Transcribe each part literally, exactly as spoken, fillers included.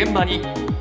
現場に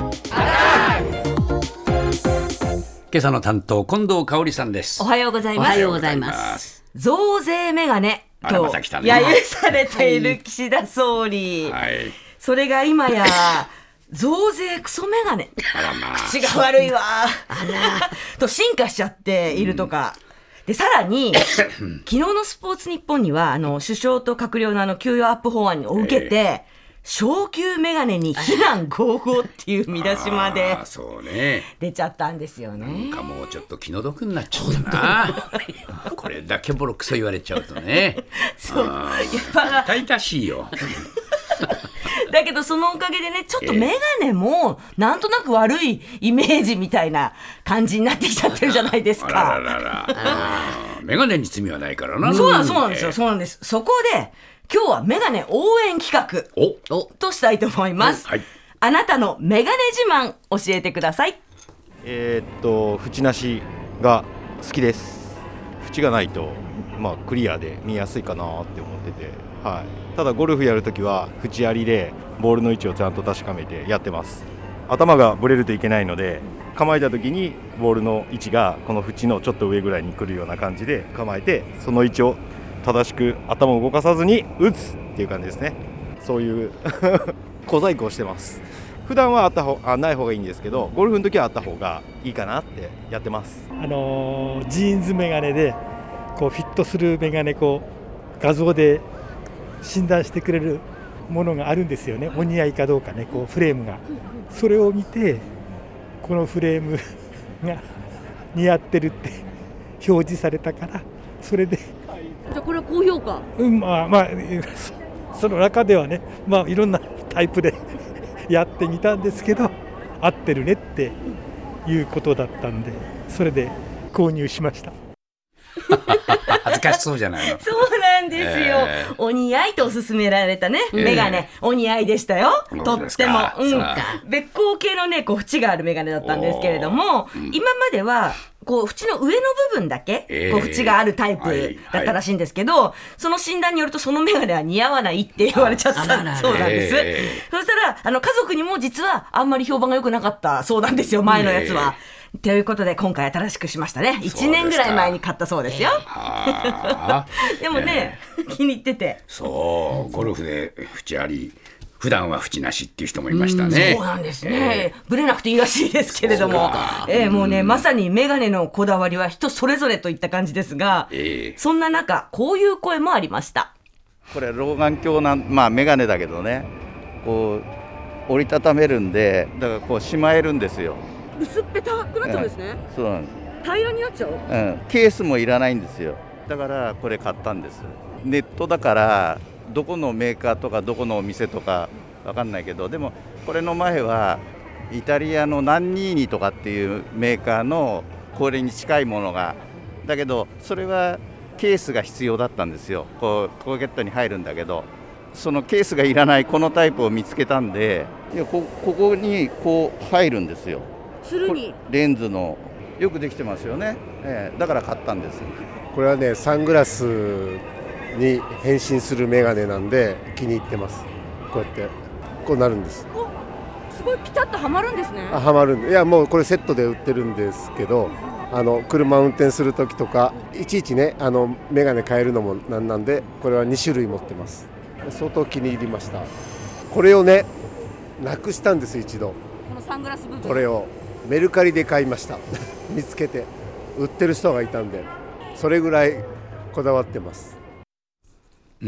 今朝の担当近藤香織さんです。 おはようございます。 おはようございます。 増税メガネとまた来たね揶揄されている岸田総理、 はい、 それが今や増税クソメガネ、 あらまあ、 口が悪いわあらと進化しちゃっているとか、うん、でさらに昨日のスポーツニッポンにはあの首相と閣僚のあの給与アップ法案を受けて、えー昇給メガネに非難合々っていう見出しまでそうね出ちゃったんですよね。 なんかもうちょっと気の毒になっちゃったなこれだけボロクソ言われちゃうとねそうやっぱ痛々しいよだけどそのおかげでねちょっとメガネもなんとなく悪いイメージみたいな感じになってきちゃってるじゃないですか。 あららららメガネに罪はないからな。 そうなんそうなんですよ、そうなんです。そこで今日はメガネ応援企画としたいと思います、はい、あなたのメガネ自慢教えてください。 えー、っと縁なしが好きです。縁がないと、まあ、クリアで見やすいかなって思ってて、はい、ただゴルフやるときは縁ありでボールの位置をちゃんと確かめてやってます。頭がブレるといけないので構えたときにボールの位置がこの縁のちょっと上ぐらいに来るような感じで構えて、その位置を正しく頭を動かさずに打つっていう感じですね。そういう小細工をしてます。普段はあった方あない方がいいんですけど、ゴルフの時はあった方がいいかなってやってます。 あのー、ジーンズメガネでこうフィットするメガネこう画像で診断してくれるものがあるんですよね。お似合いかどうかね、こうフレームがそれを見てこのフレームが似合ってるって表示されたから、それでじゃあこれは高評価。 うん、まあまあその中ではね、まあいろんなタイプでやってみたんですけど合ってるねっていうことだったんで、それで購入しました。 恥ずかしそうじゃないの。 そうなんですよ、えー、お似合いと勧められたね、えー、メガネお似合いでしたよ。とっても、うん、別光系のねこう縁があるメガネだったんですけれども、うん、今まではこう縁の上の部分だけ、えー、こう縁があるタイプだったらしいんですけど、はいはい、その診断によるとそのメガネは似合わないって言われちゃったそうなんです、えー、そしたらあの家族にも実はあんまり評判が良くなかったそうなんですよ、前のやつは、えー、ということで今回新しくしましたね。いちねんぐらい前に買ったそうですよ、えー、でもね、えー、気に入ってて、 そうゴルフで縁あり普段は縁なしっていう人もいましたね。 そうなんですね、えー、ブレなくていいらしいですけれども、えー、もうねまさにメガネのこだわりは人それぞれといった感じですが、えー、そんな中こういう声もありました。 これ老眼鏡な、まあ、メガネだけどね、こう折りたためるんで、だからこうしまえるんですよ。 薄っぺたくなっちゃうんですね、 うん、そうなんです。 平らになっちゃう、 うん、ケースもいらないんですよ。だからこれ買ったんです。ネットだからどこのメーカーとかどこのお店とか分かんないけど、でもこれの前はイタリアのナンニーニとかっていうメーカーのこれに近いものが、だけどそれはケースが必要だったんですよ。こうポケットに入るんだけど、そのケースがいらないこのタイプを見つけたんで、いや こ, ここにこう入るんですよ。 つるにレンズのよくできてますよね、えー、だから買ったんです。 これはねサングラスに変身するメガネなんで気に入ってます。こうやってこうなるんです。 おすごいピタッとはまるんですね。 あはまるんで、いやもうこれセットで売ってるんですけど、あの車運転するときとかいちいちねあのメガネ変えるのもなんなんで、これはに種類持ってます。相当気に入りました。これをねなくしたんです一度。 このサングラス部分、 これをメルカリで買いました見つけて売ってる人がいたんで、それぐらいこだわってます。 うん、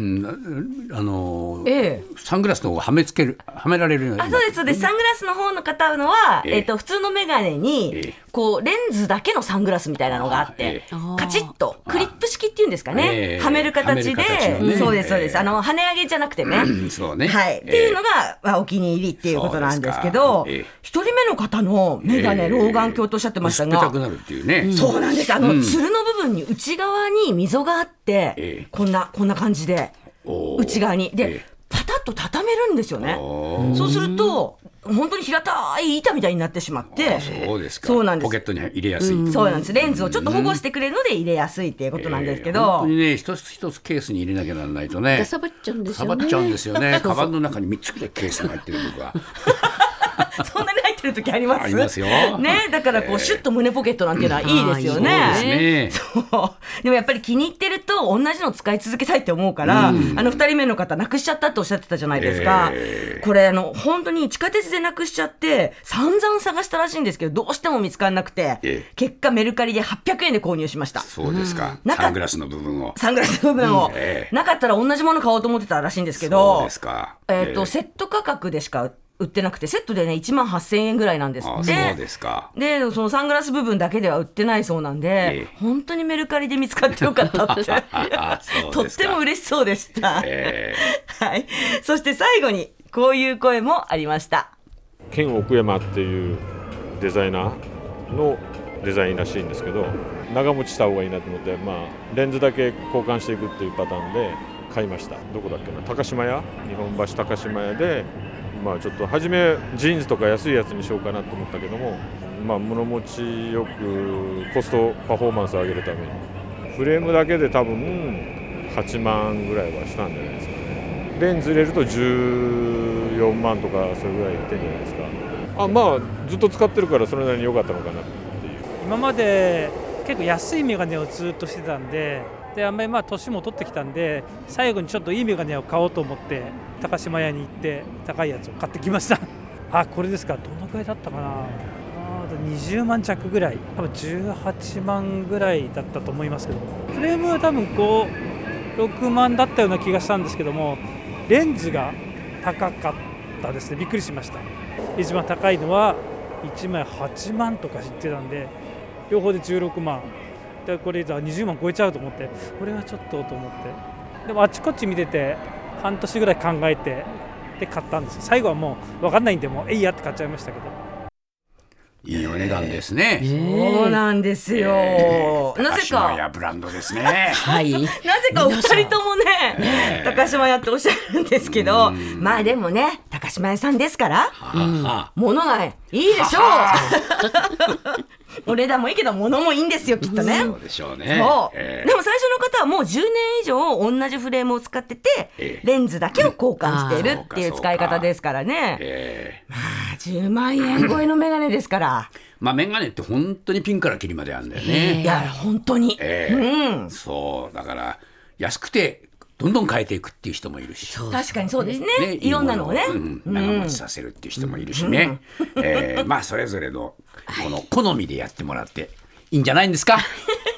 あのーええ、 サングラスの方がはめつけるはめられるように。 あ、そうですそうです。サングラスの方の方のは、えええー、と普通のメガネに、ええ、こうレンズだけのサングラスみたいなのがあって、ええ、カチッとクリップ式っていうんですかね、ええ、はめる形で、ね、そうですそうです、あの跳ね上げじゃなくてね、 うん、そうね、 はい、っていうのが、まあ、お気に入りっていうことなんですけど、ええ、一人目の方のメガネ、ええ、老眼鏡とおっしゃってましたが、 薄っぺたくなるっていうね、 うん、そうなんです。あの、うん、つるの部分に内側に溝があって、ええ、こんなこんな感じで内側にで、ええ、パタッと畳めるんですよね。そうすると本当に平たい板みたいになってしまって、 そうですか。 そうなんです。 ポケットに入れやすい、 うん、そうなんです。レンズをちょっと保護してくれるので入れやすいっていうことなんですけど、えー、 本当にね一つ一つケースに入れなきゃならないとねかさばっちゃうんですよね。 かさばっちゃうんですよね。カバンの中にみっつくらいケースが入ってるとかそんなに入ってる時あります？ ありますよ。 ね、だからこう、えー、シュッと胸ポケットなんていうのはいいですよね。 そうですね。 そうでもやっぱり気に入ってると同じの使い続けたいって思うから、うん、あのふたりめの方なくしちゃったっておっしゃってたじゃないですか、えー、これあの本当に地下鉄でなくしちゃって散々探したらしいんですけどどうしても見つからなくて、えー、結果メルカリではっぴゃくえんで購入しました。 そうですか、うん、サングラスの部分をサングラスの部分を、うんえー、なかったら同じもの買おうと思ってたらしいんですけど、 そうですか、 えーとえー、セット価格でしか売ってなくてセットでねいちまんはっせんえんぐらいなんですって。 あ、そうですか。 でそのサングラス部分だけでは売ってないそうなんで、えー、本当にメルカリで見つかってよかったってとっても嬉しそうでした、えーはい、そして最後にこういう声もありました。 ケン奥山っていうデザイナーのデザインらしいんですけど長持ちした方がいいなと思って、まあ、レンズだけ交換していくっていうパターンで買いました。どこだっけな、高島屋、日本橋高島屋で、まあ、ちょっと初めジーンズとか安いやつにしようかなと思ったけども、まあ、物持ちよくコストパフォーマンスを上げるためにフレームだけで多分はちまんぐらいはしたんじゃないですかね。レンズ入れるとじゅうよんまんとかそれぐらいいってんじゃないですか。あ、まあずっと使ってるからそれなりに良かったのかなっていう。 今まで結構安いメガネをずっとしてたんで、であんまりまあ年も取ってきたんで最後にちょっといいメガネを買おうと思って高島屋に行って高いやつを買ってきましたあ、これですか。どのくらいだったかな。あにじゅうまん弱ぐらい、多分じゅうはちまんぐらいだったと思いますけど、フレームは多分ご、ろくまんだったような気がしたんですけども、レンズが高かったですね。びっくりしました。一番高いのはいちまいはちまんとか知ってたんで、両方でじゅうろくまんで、これにじゅうまん超えちゃうと思って、これはちょっとと思って、でもあっちこっち見てて半年ぐらい考えてで買ったんですよ。最後はもう分かんないんでもうえいやって買っちゃいましたけど。 いいお値段ですね。 えー、そうなんですよ、えー、なぜか高島屋ブランドですねはいなぜかお二人ともね、えー、高島屋っておっしゃるんですけど、まあでもね高島屋さんですから、うん、物がいいでしょうお値段もいいけど物もいいんですよきっとね。 そうでしょうね。 そう、えー、でも最初の方はもうじゅうねん以上同じフレームを使ってて、えー、レンズだけを交換しているっていう使い方ですからね、えー、まあじゅうまんえん超えのメガネですからまあメガネって本当にピンからキリまであるんだよね。 いや本当に、 えーうん、そうだから安くてどんどん変えていくっていう人もいるし、 確かにそうですね、ねいろんなのをね、 うん、長持ちさせるっていう人もいるしね、うんえー、まあそれぞれのこの好みでやってもらっていいんじゃないんですか